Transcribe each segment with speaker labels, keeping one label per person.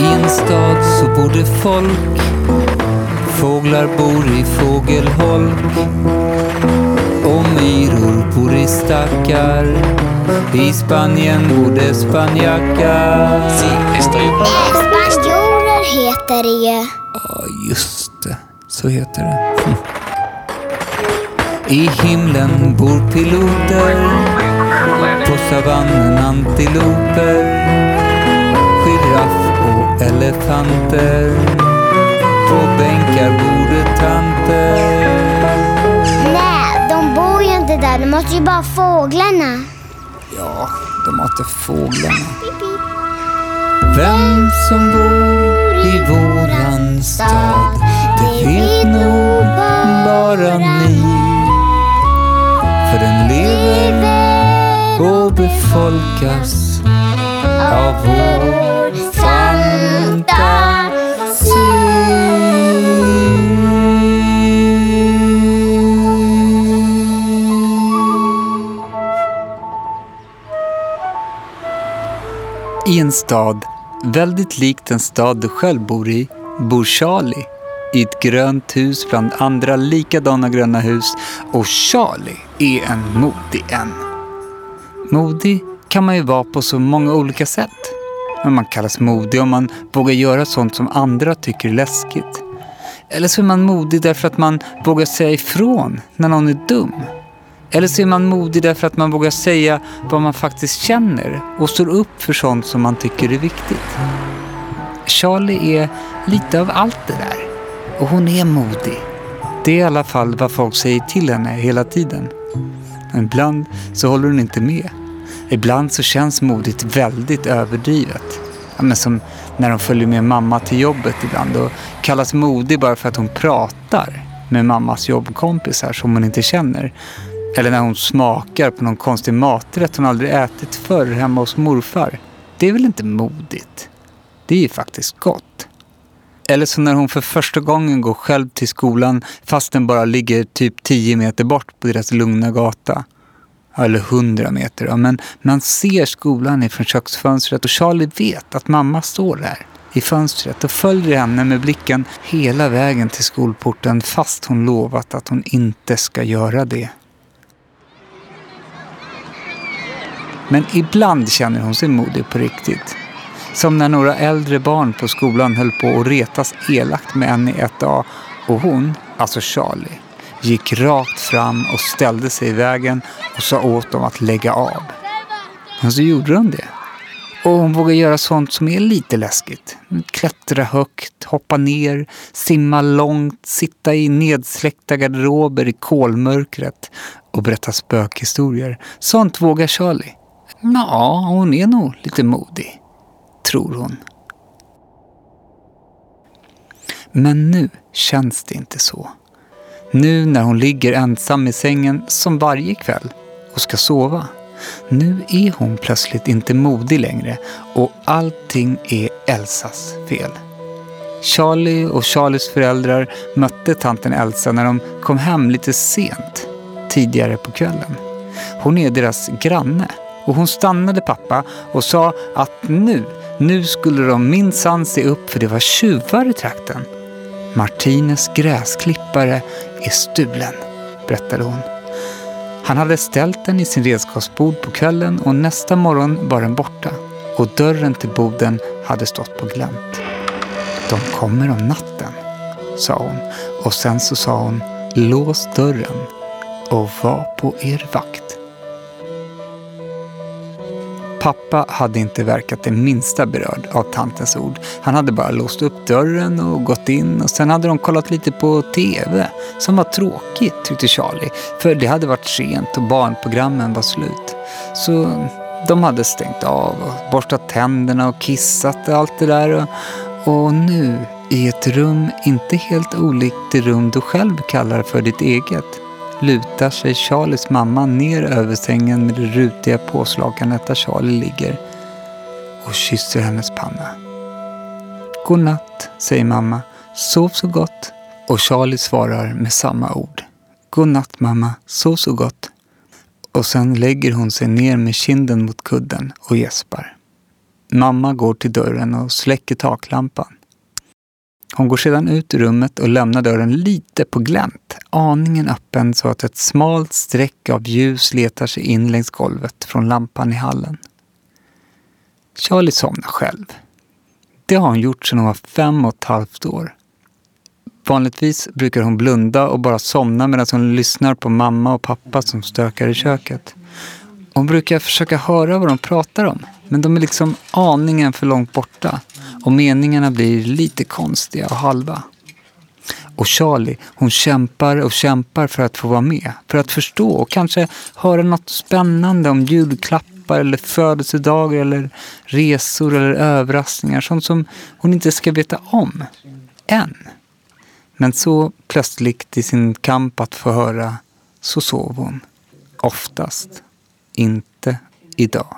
Speaker 1: I en stad så bor det folk, fåglar bor i fågelholk och myror bor i stackar. I Spanien bor det spanjackar.
Speaker 2: Spanjorer heter det ju.
Speaker 1: Ja, just det. Så heter det. I himlen bor piloter, på savannen antiloper, giraff och elefanter, på bänkar bor det tanter.
Speaker 2: Nej, de bor ju inte där. De måste ju bara fåglarna.
Speaker 1: Ja, de måste fåglarna. Vem som bor i våran stad, det vet nog bara ni. För den lever och befolkas av vår fantasi. I en stad, väldigt likt den stad du själv bor i, bor Charlie. I ett grönt hus bland andra likadana gröna hus. Och Charlie är en modig en. Modig kan man ju vara på så många olika sätt. Men man kallas modig om man vågar göra sånt som andra tycker är läskigt. Eller så är man modig därför att man vågar säga ifrån när någon är dum. Eller så är man modig därför att man vågar säga vad man faktiskt känner och står upp för sånt som man tycker är viktigt. Charlie är lite av allt det där. Och hon är modig. Det är i alla fall vad folk säger till henne hela tiden. Men ibland så håller hon inte med. Ibland så känns modigt väldigt överdrivet. Ja, men som när hon följer med mamma till jobbet ibland och kallas modig bara för att hon pratar med mammas jobbkompisar som hon inte känner. Eller när hon smakar på någon konstig maträtt hon aldrig ätit förr hemma hos morfar. Det är väl inte modigt? Det är ju faktiskt gott. Eller så när hon för första gången går själv till skolan fast den bara ligger typ 10 meter bort på deras lugna gata. Eller 100 meter. Ja, men man ser skolan ifrån köksfönstret och Charlie vet att mamma står där i fönstret och följer henne med blicken hela vägen till skolporten fast hon lovat att hon inte ska göra det. Men ibland känner hon sig modig på riktigt. Som när några äldre barn på skolan höll på att retas elakt med en i ett dag. Och hon, alltså Charlie, gick rakt fram och ställde sig i vägen och sa åt dem att lägga av. Men så gjorde de det. Och hon vågar göra sånt som är lite läskigt. Klättra högt, hoppa ner, simma långt, sitta i nedsläckta garderober i kolmörkret och berätta spökhistorier. Sånt vågar Charlie. Ja, hon är nog lite modig, tror hon. Men nu känns det inte så. Nu när hon ligger ensam i sängen som varje kväll och ska sova. Nu är hon plötsligt inte modig längre och allting är Elsas fel. Charlie och Charlies föräldrar mötte tanten Elsa när de kom hem lite sent, tidigare på kvällen. Hon är deras granne och hon stannade pappa och sa att nu skulle de minsann se upp för det var tjuvar i trakten. Martines gräsklippare är stulen, berättade hon. Han hade ställt den i sin redskapsbod på kvällen och nästa morgon var den borta och dörren till boden hade stått på glänt. De kommer om natten, sa hon och sen så sa hon lås dörren och var på er vakt. Pappa hade inte verkat det minsta berörd av tantens ord. Han hade bara låst upp dörren och gått in och sen hade de kollat lite på tv som var tråkigt, tyckte Charlie. För det hade varit sent och barnprogrammen var slut. Så de hade stängt av och borstat tänderna och kissat och allt det där. Och nu i ett rum inte helt olikt det rum du själv kallar för ditt eget lutar sig Charlies mamma ner över sängen med det rutiga påslakanet där Charlie ligger och kysser hennes panna. Godnatt, säger mamma. Sov så gott. Och Charlie svarar med samma ord. Godnatt mamma, sov så gott. Och sen lägger hon sig ner med kinden mot kudden och gäspar. Mamma går till dörren och släcker taklampan. Hon går sedan ut ur rummet och lämnar dörren lite på glänt, aningen öppen så att ett smalt streck av ljus letar sig in längs golvet från lampan i hallen. Charlie somnar själv. Det har hon gjort sedan hon var 5,5 år. Vanligtvis brukar hon blunda och bara somna medan hon lyssnar på mamma och pappa som stökar i köket. Hon brukar försöka höra vad de pratar om, men de är liksom aningen för långt borta och meningarna blir lite konstiga och halva. Och Charlie, hon kämpar och kämpar för att få vara med, för att förstå och kanske höra något spännande om julklappar eller födelsedagar eller resor eller överraskningar, sånt som hon inte ska veta om än. Men så plötsligt i sin kamp att få höra så sov hon. Oftast. Inte idag.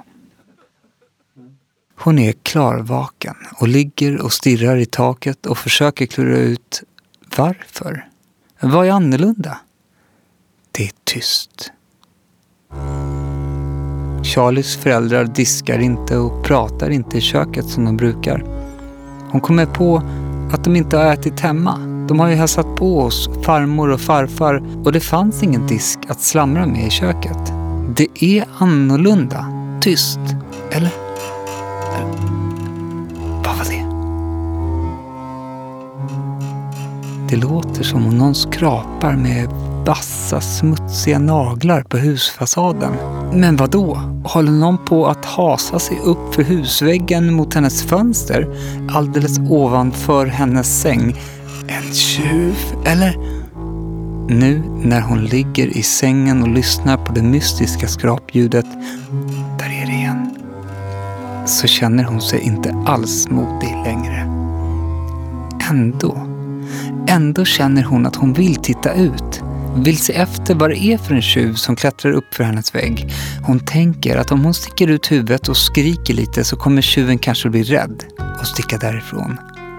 Speaker 1: Hon är klarvaken och ligger och stirrar i taket och försöker klura ut varför. Vad är annorlunda? Det är tyst. Charlies föräldrar diskar inte och pratar inte i köket som de brukar. Hon kommer på att de inte har ätit hemma. De har ju hälsat på oss, farmor och farfar, och det fanns ingen disk att slamra med i köket. Det är annorlunda. Tyst. Eller? Vad var det? Det låter som om någon skrapar med vassa, smutsiga naglar på husfasaden. Men vad då? Håller någon på att hasa sig upp för husväggen mot hennes fönster, alldeles ovanför hennes säng? En tjuv, eller? Nu när hon ligger i sängen och lyssnar på det mystiska skrapljudet, där är det igen, så känner hon sig inte alls modig längre. Ändå känner hon att hon vill titta ut. Vill se efter vad det är för en tjuv som klättrar upp för hennes vägg. Hon tänker att om hon sticker ut huvudet och skriker lite så kommer tjuven kanske bli rädd och sticka därifrån.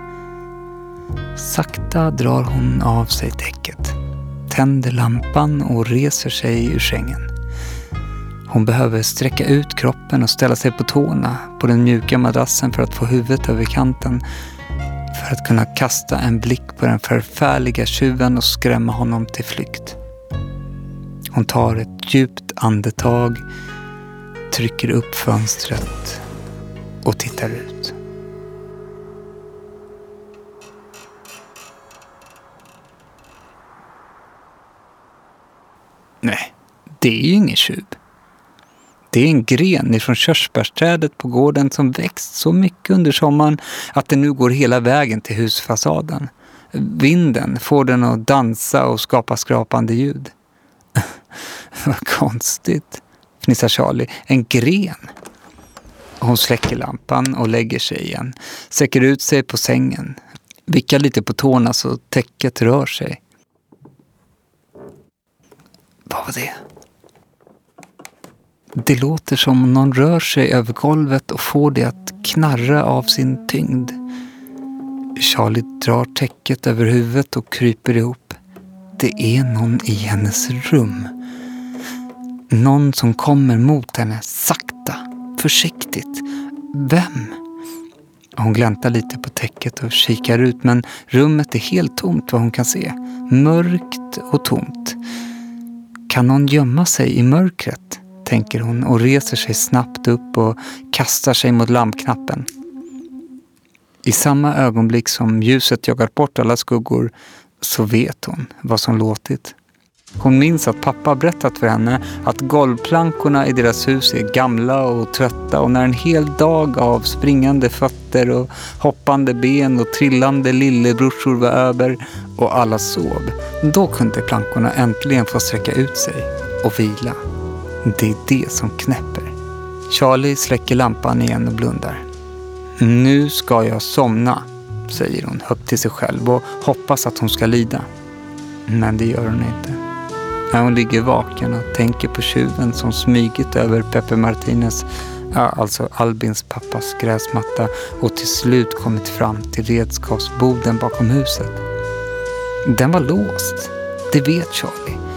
Speaker 1: Sakta drar hon av sig täcket, tänder lampan och reser sig ur sängen. Hon behöver sträcka ut kroppen och ställa sig på tårna på den mjuka madrassen för att få huvudet över kanten, för att kunna kasta en blick på den förfärliga tjuven och skrämma honom till flykt. Hon tar ett djupt andetag, trycker upp fönstret och tittar ut. Nej, det är ju ingen tjuv. Det är en gren ifrån körsbärsträdet på gården som växt så mycket under sommaren att den nu går hela vägen till husfasaden. Vinden får den att dansa och skapa skrapande ljud. Vad konstigt, fnissar Charlie. En gren. Hon släcker lampan och lägger sig igen. Säcker ut sig på sängen. Vickar lite på tårna så täcket rör sig. Vad var det? Det låter som om någon rör sig över golvet och får det att knarra av sin tyngd. Charlie drar täcket över huvudet och kryper ihop. Det är någon i hennes rum. Någon som kommer mot henne sakta, försiktigt. Vem? Hon gläntar lite på täcket och kikar ut, men rummet är helt tomt vad hon kan se. Mörkt och tomt. Kan någon gömma sig i mörkret? Tänker hon och reser sig snabbt upp och kastar sig mot lampknappen. I samma ögonblick som ljuset jagar bort alla skuggor så vet hon vad som låtit. Hon minns att pappa berättat för henne att golvplankorna i deras hus är gamla och trötta, och när en hel dag av springande fötter och hoppande ben och trillande lillebrorsor var över och alla sov, då kunde plankorna äntligen få sträcka ut sig och vila. Det är det som knäpper. Charlie släcker lampan igen och blundar. Nu ska jag somna, säger hon högt till sig själv och hoppas att hon ska lida. Men det gör hon inte. När hon ligger vaken och tänker på tjuven som smygit över Pepe Martinez, alltså Albins pappas gräsmatta, och till slut kommit fram till redskapsboden bakom huset. Den var låst, det vet Charlie.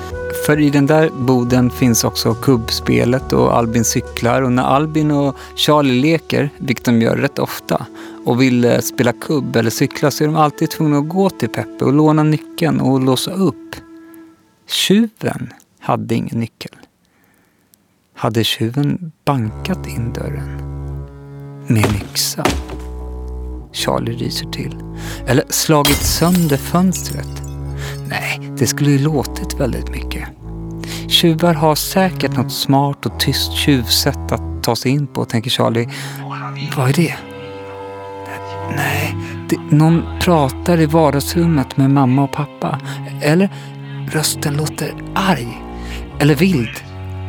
Speaker 1: För i den där boden finns också kubbspelet och Albin cyklar. Och när Albin och Charlie leker, vilket de gör rätt ofta, och vill spela kubb eller cykla, så är de alltid tvungna att gå till Peppe och låna nyckeln och låsa upp. Tjuven hade ingen nyckel. Hade tjuven bankat in dörren med en yxa? Charlie ryser till. Eller slagit sönder fönstret? Nej, det skulle ju låtit väldigt mycket. Tjuvar har säkert något smart och tyst tjuvsätt att ta sig in på, tänker Charlie. Vad är det? Nej, någon pratar i vardagsrummet med mamma och pappa. Eller rösten låter arg. Eller vild.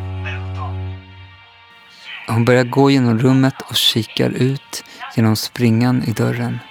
Speaker 1: Hon börjar gå genom rummet och kikar ut genom springan i dörren.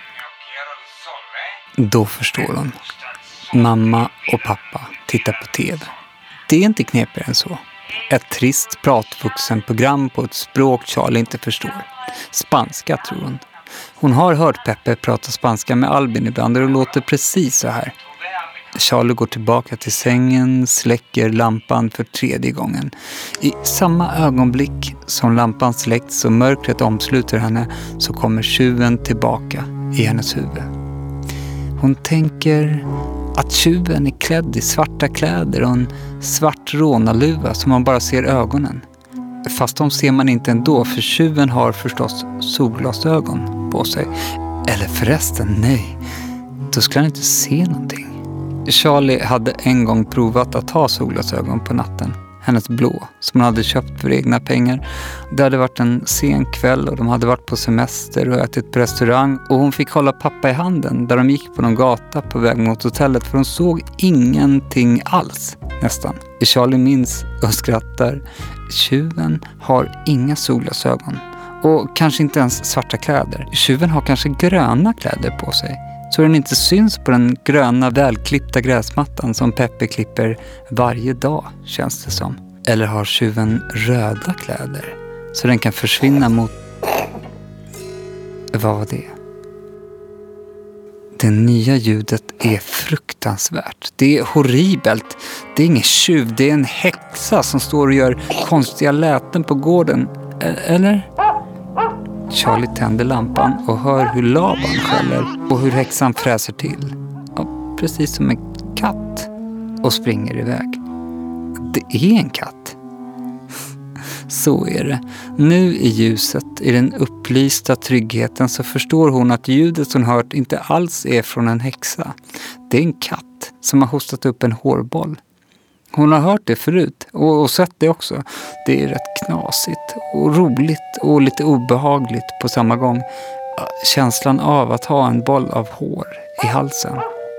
Speaker 1: Då förstår hon. Mamma och pappa tittar på tv. Det är inte knepigare än så. Ett trist pratvuxen program på ett språk Charlie inte förstår. Spanska, tror hon. Hon har hört Peppe prata spanska med Albin ibland och det låter precis så här. Charlie går tillbaka till sängen, släcker lampan för 3:e gången. I samma ögonblick som lampan släcks och mörkret omsluter henne så kommer tjuven tillbaka i hennes huvud. Hon tänker att tjuven är klädd i svarta kläder och en svart rånaluva som man bara ser ögonen. Fast de ser man inte ändå, för tjuven har förstås solglasögon på sig. Eller förresten, nej. Då skulle han inte se någonting. Charlie hade en gång provat att ha solglasögon på natten. Hennes blå, som hon hade köpt för egna pengar. Det hade varit en sen kväll och de hade varit på semester och ätit på restaurang. Och hon fick hålla pappa i handen där de gick på någon gata på väg mot hotellet. För hon såg ingenting alls, nästan. Charlie minns och skrattar. Tjuven har inga solglasögon. Och kanske inte ens svarta kläder. Tjuven har kanske gröna kläder på sig. Så den inte syns på den gröna välklippta gräsmattan som Peppe klipper varje dag, känns det som. Eller har tjuven röda kläder så den kan försvinna mot... Vad var det? Det nya ljudet är fruktansvärt. Det är horribelt. Det är ingen tjuv, det är en häxa som står och gör konstiga läten på gården. Eller? Charlie tänder lampan och hör hur Laban skäller och hur häxan fräser till. Ja, precis som en katt. Och springer iväg. Det är en katt. Så är det. Nu i ljuset, i den upplysta tryggheten, så förstår hon att ljudet hon hört inte alls är från en häxa. Det är en katt som har hostat upp en hårboll. Hon har hört det förut och sett det också. Det är rätt knasigt och roligt och lite obehagligt på samma gång. Känslan av att ha en boll av hår i halsen.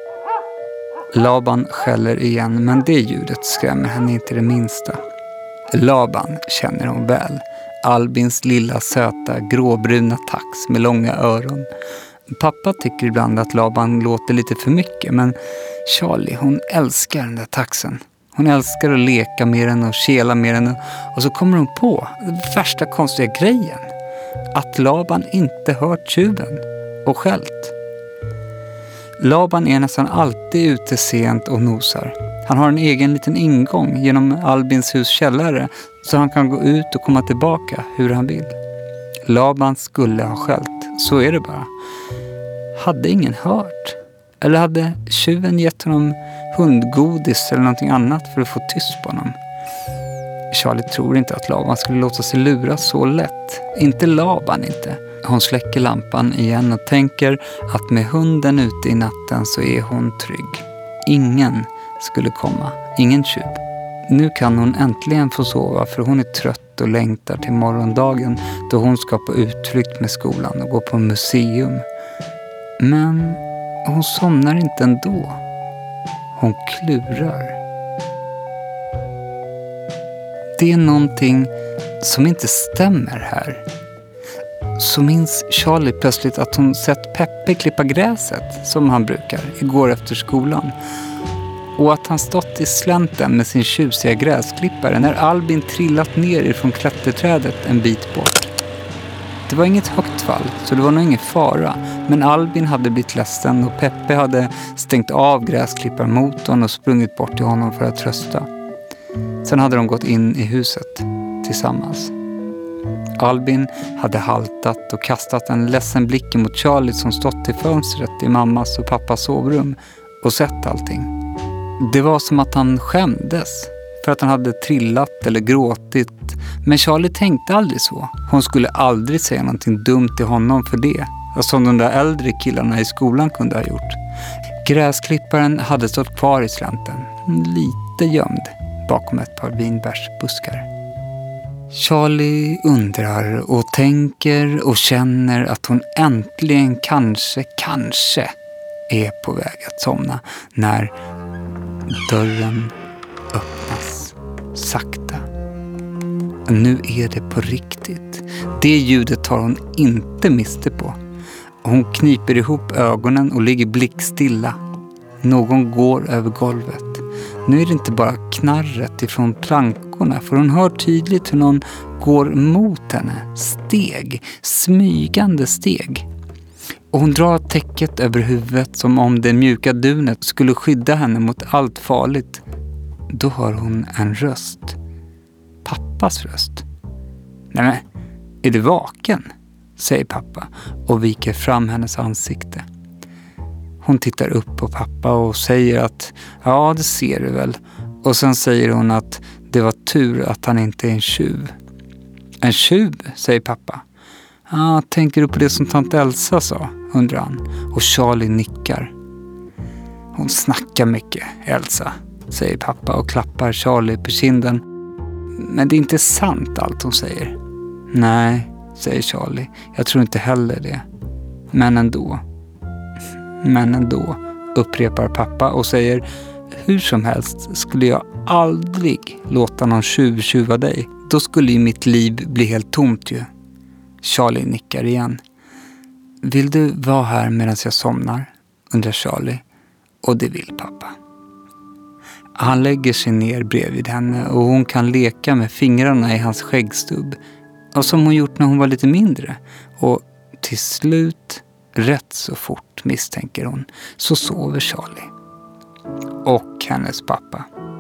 Speaker 1: Laban skäller igen, men det ljudet skrämmer henne inte det minsta. Laban känner hon väl. Albins lilla söta gråbruna tax med långa öron. Pappa tycker ibland att Laban låter lite för mycket, men Charlie, hon älskar den där taxen. Hon älskar att leka med den och kela med den, och så kommer hon på den värsta konstiga grejen. Att Laban inte hört tjuven och skällt. Laban är nästan alltid ute sent och nosar. Han har en egen liten ingång genom Albins hus källare så han kan gå ut och komma tillbaka hur han vill. Laban skulle ha skällt, så är det bara. Hade ingen hört? Eller hade tjuven gett honom hundgodis eller någonting annat för att få tyst på honom? Charlie tror inte att Laban skulle låta sig luras så lätt. Inte Laban inte. Hon släcker lampan igen och tänker att med hunden ute i natten så är hon trygg. Ingen skulle komma, ingen tjuv. Nu kan hon äntligen få sova, för hon är trött och längtar till morgondagen då hon ska på utflykt med skolan och gå på museum. Men hon somnar inte ändå. Hon klurar. Det är någonting som inte stämmer här. Så minns Charlie plötsligt att hon sett Peppe klippa gräset som han brukar igår efter skolan. Och att han stått i slänten med sin tjusiga gräsklippare när Albin trillat ner ifrån klätterträdet en bit bort. Det var inget högt fall, så det var nog ingen fara. Men Albin hade blivit ledsen och Peppe hade stängt av gräsklipparmotorn och sprungit bort till honom för att trösta. Sen hade de gått in i huset tillsammans. Albin hade haltat och kastat en ledsen blick mot Charlie som stått i fönstret i mammas och pappas sovrum och sett allting. Det var som att han skämdes för att han hade trillat eller gråtit. Men Charlie tänkte aldrig så. Hon skulle aldrig säga någonting dumt till honom för det. Som de där äldre killarna i skolan kunde ha gjort. Gräsklipparen hade stått kvar i slänten. Lite gömd bakom ett par vinbärsbuskar. Charlie undrar och tänker och känner att hon äntligen kanske är på väg att somna när dörren öppnas sakta. Nu är det på riktigt. Det ljudet tar hon inte miste på. Hon kniper ihop ögonen och ligger blickstilla. Någon går över golvet. Nu är det inte bara knarret ifrån plankorna, för hon hör tydligt hur någon går mot henne. Steg, smygande steg. Och hon drar täcket över huvudet som om det mjuka dunet skulle skydda henne mot allt farligt. Då hör hon en röst. Pappas röst. Nej men, är du vaken? Säger pappa och viker fram hennes ansikte. Hon tittar upp på pappa och säger att ja, det ser du väl. Och sen säger hon att det var tur att han inte är en tjuv. En tjuv, säger pappa. Ja, tänker du på det som tant Elsa sa, undrar han. Och Charlie nickar. Hon snackar mycket, Elsa, säger pappa och klappar Charlie på kinden. Men det är inte sant allt hon säger. Nej, säger Charlie. Jag tror inte heller det. Men ändå, upprepar pappa och säger hur som helst skulle jag aldrig låta någon tjuva dig. Då skulle ju mitt liv bli helt tomt ju. Charlie nickar igen. Vill du vara här medan jag somnar? Undrar Charlie. Och det vill pappa. Han lägger sig ner bredvid henne och hon kan leka med fingrarna i hans skäggstubb. Och som hon gjort när hon var lite mindre. Och till slut, rätt så fort misstänker hon, så sover Charlie. Och hennes pappa.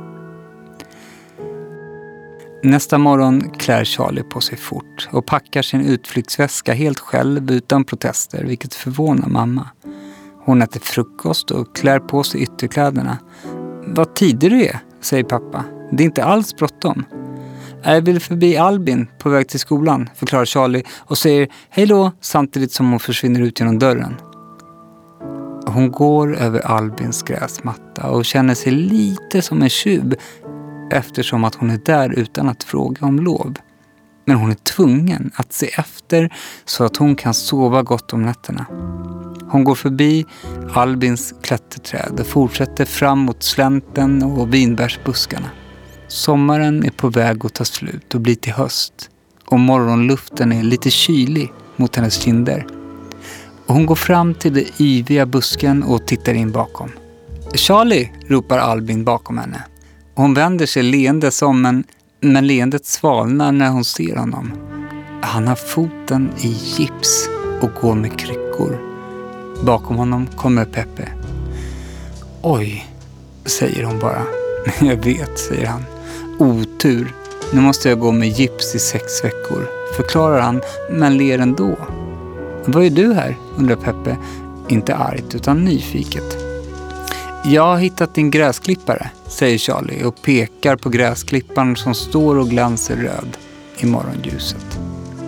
Speaker 1: Nästa morgon klär Charlie på sig fort och packar sin utflyktsväska helt själv utan protester, vilket förvånar mamma. Hon äter frukost och klär på sig ytterkläderna. Vad tidig du är, säger pappa. Det är inte alls bråttom. Jag vill förbi Albin på väg till skolan, förklarar Charlie och säger hej då samtidigt som hon försvinner ut genom dörren. Hon går över Albins gräsmatta och känner sig lite som en tjuv eftersom att hon är där utan att fråga om lov. Men hon är tvungen att se efter så att hon kan sova gott om nätterna. Hon går förbi Albins klätterträd och fortsätter fram mot slänten och vinbärsbuskarna. Sommaren är på väg att ta slut och bli till höst. Och morgonluften är lite kylig mot hennes kinder. Och hon går fram till den yviga busken och tittar in bakom. Charlie, ropar Albin bakom henne. Hon vänder sig leende som men leendet svalnar när hon ser honom. Han har foten i gips och går med kryckor. Bakom honom kommer Peppe. Oj, säger hon bara. Jag vet, säger han. Otur, nu måste jag gå med gips i 6 veckor, förklarar han, men ler ändå. Vad är du här, undrar Peppe, inte argt utan nyfiket. Jag har hittat din gräsklippare, säger Charlie och pekar på gräsklipparen som står och glänser röd i morgonljuset.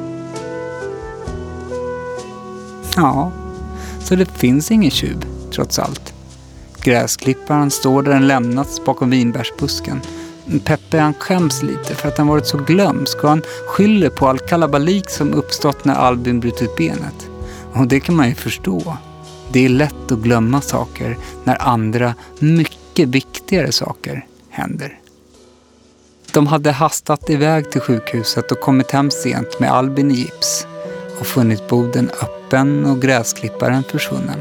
Speaker 1: Ja, så det finns ingen tjuv, trots allt. Gräsklipparen står där den lämnats bakom vinbärsbusken. Peppe han skäms lite för att han varit så glömsk och han skyller på all kalabalik som uppstått när Albin brutit benet. Och det kan man ju förstå. Det är lätt att glömma saker när andra, mycket viktigare saker händer. De hade hastat iväg till sjukhuset och kommit hem sent med Albin i gips och funnit boden öppen och gräsklipparen försvunnen.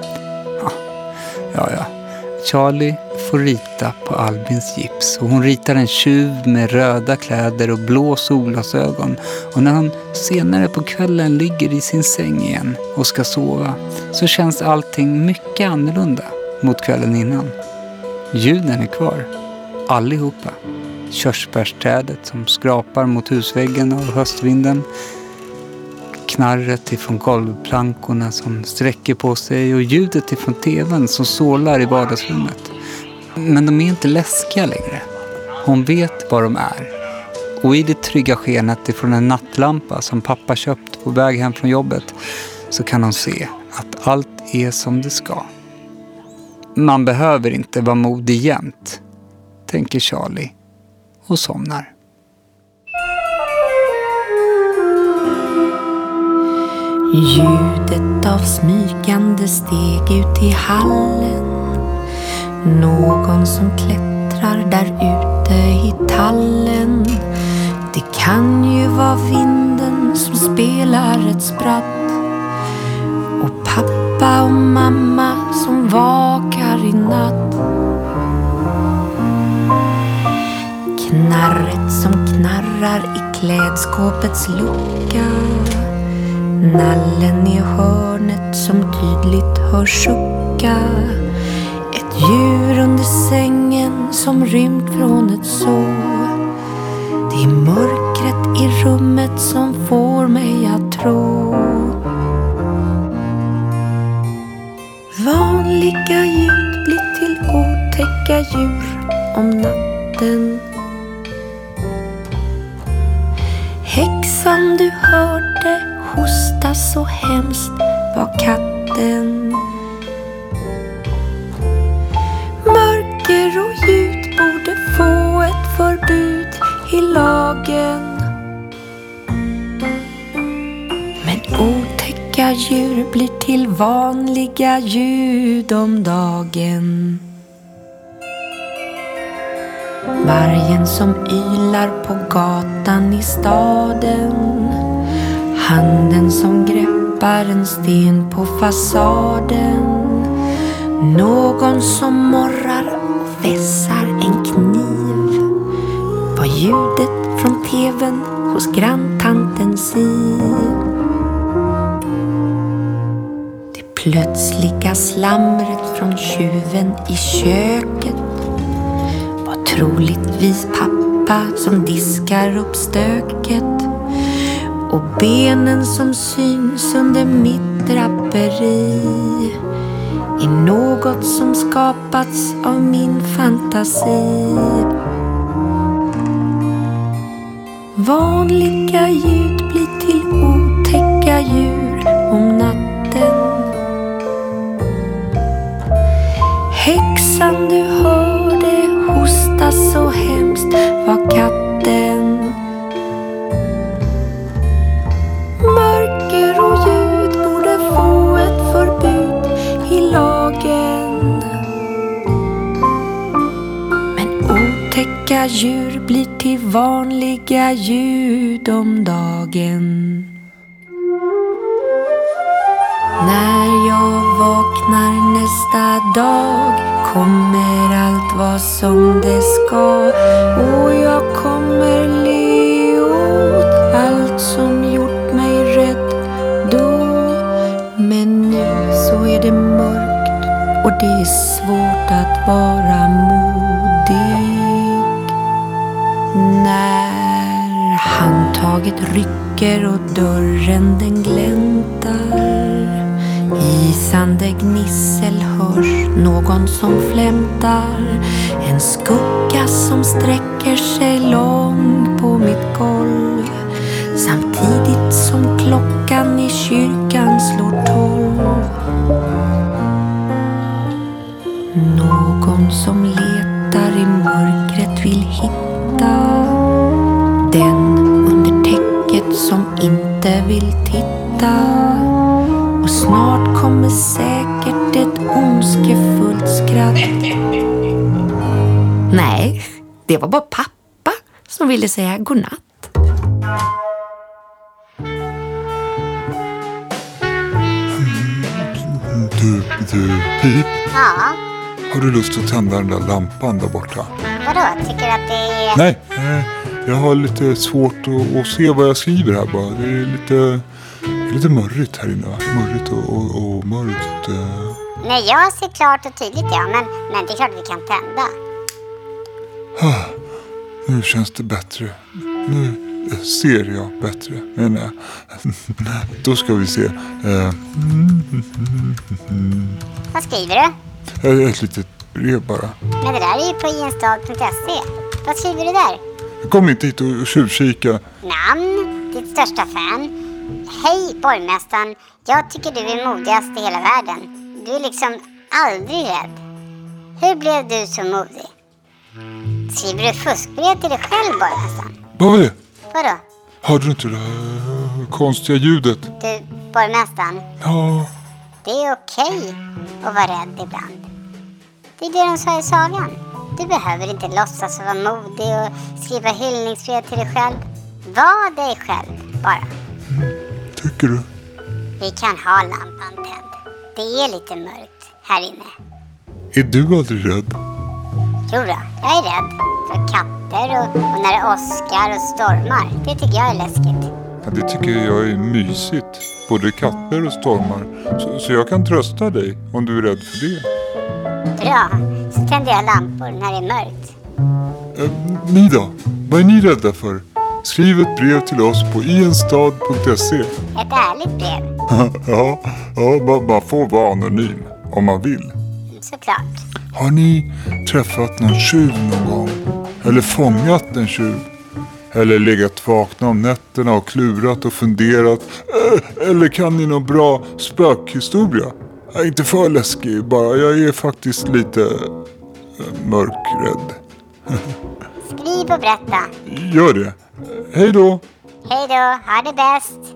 Speaker 1: Ja. Charlie får rita på Albins gips och hon ritar en tjuv med röda kläder och blå solglasögon. Och när hon senare på kvällen ligger i sin säng igen och ska sova så känns allting mycket annorlunda mot kvällen innan. Ljuden är kvar, allihopa. körsbärsträdet som skrapar mot husväggen av höstvinden. Knarret ifrån golvplankorna som sträcker på sig och ljudet ifrån tvn som sålar i vardagsrummet. Men de är inte läskiga längre. Hon vet vad de är. Och i det trygga skenet ifrån en nattlampa som pappa köpt på väg hem från jobbet så kan hon se att allt är som det ska. Man behöver inte vara modig jämt, tänker Charlie och somnar.
Speaker 3: Ljudet av smygande steg ut i hallen. Någon som klättrar där ute i tallen. Det kan ju vara vinden som spelar ett spratt. Och pappa och mamma som vakar i natt. Knarret som knarrar i klädskåpets lucka. Nallen i hörnet som tydligt hör sucka. Ett djur under sängen som rymt från ett sår. Det är mörkret i rummet som får mig att tro. Vanliga ljud blir till otäcka djur om natten. Häxan du hörde hosta så hemskt var katten. Mörker och ljud borde få ett förbud i lagen. Men otäcka djur blir till vanliga ljud om dagen. Vargen som ylar på gatan i staden. Handen som greppar en sten på fasaden. Någon som morrar och vässar en kniv. Var ljudet från tvn hos granntanten Siv. Det plötsliga slamret från tjuven i köket. Var troligtvis pappa som diskar upp stöket. Och benen som syns under mitt draperi är något som skapats av min fantasi. Vanliga ljud blir till otäcka djur om natten. Häxan du hörde hosta så hemskt var katten. Mörker och ljud borde få ett förbud i lagen. Men otäcka djur blir till vanliga ljud om dagen. När jag vaknar nästa dag kommer allt vara som det ska. Och jag kommer le åt allt som gjort mig rädd då. Men nu så är det mörkt och det är svårt att vara modig. När handtaget rycker och dörren den gläntar. Isande gnissel hörs, någon som flämtar. En skugga som sträcker sig långt på mitt golv. Samtidigt som klockan i kyrkan slår 12. Någon som letar i mörkret vill hitta. Den under täcket som inte vill titta. Och snart kommer säkert ett ondskefullt skratt. Nej, det var bara pappa som ville säga godnatt.
Speaker 4: Du, Pip.
Speaker 2: Ja,
Speaker 4: Har du lust att tända den där lampan där borta?
Speaker 2: vadå? Tycker du att det är...
Speaker 4: Nej, jag har lite svårt att se vad jag skriver här bara. Det är lite mörrigt här inne, va? Mörrigt och mörkt.
Speaker 2: Nej, jag ser klart och tydligt, ja. Men det är klart vi kan tända.
Speaker 4: Nu känns det bättre. Nu ser jag bättre. Men då ska vi se.
Speaker 5: Vad skriver du?
Speaker 4: Ett litet brev bara.
Speaker 5: Men det där är ju på ienstad.se. Vad skriver du där?
Speaker 4: Jag kom inte hit och tjuvkika.
Speaker 5: Namn, ditt största fan. Hej borgmästaren, jag tycker du är modigast i hela världen. Du är liksom aldrig rädd. Hur blev du så modig? Skriver du fuskbrev till dig själv, borgmästaren?
Speaker 4: Vad var det?
Speaker 5: Vadå?
Speaker 4: Hörde du inte det här konstiga ljudet?
Speaker 5: Du, borgmästaren,
Speaker 4: Ja,
Speaker 5: det är okej att vara rädd ibland. Det är det de sa i sagan. Du behöver inte låtsas vara modig och skriva hyllningsbrev till dig själv. Var dig själv, bara.
Speaker 4: tycker du?
Speaker 5: Vi kan ha lampan tänd. Det är lite mörkt här inne.
Speaker 4: Är du aldrig rädd?
Speaker 5: Jo då, jag är rädd för katter och när det åskar och stormar. Det tycker jag är läskigt.
Speaker 4: Ja, det tycker jag är mysigt. Både katter och stormar. Så jag kan trösta dig om du är rädd för det.
Speaker 5: Bra, så tänder jag lampor när det är mörkt.
Speaker 4: Ni då? Vad är ni rädda för? Skriv ett brev till oss på ienstad.se.
Speaker 5: Ett ärligt brev,
Speaker 4: Ja, man får vara anonym om man vill.
Speaker 5: såklart.
Speaker 4: Har ni träffat någon tjuv någon gång? Eller fångat en tjuv? Eller legat vakna om nätterna och klurat och funderat? Eller kan ni någon bra spökhistoria? Jag är inte för läskig, bara jag är faktiskt lite mörkrädd.
Speaker 5: Skriv och berätta.
Speaker 4: Gör det. Hej då!
Speaker 5: Hej då, ha det bäst.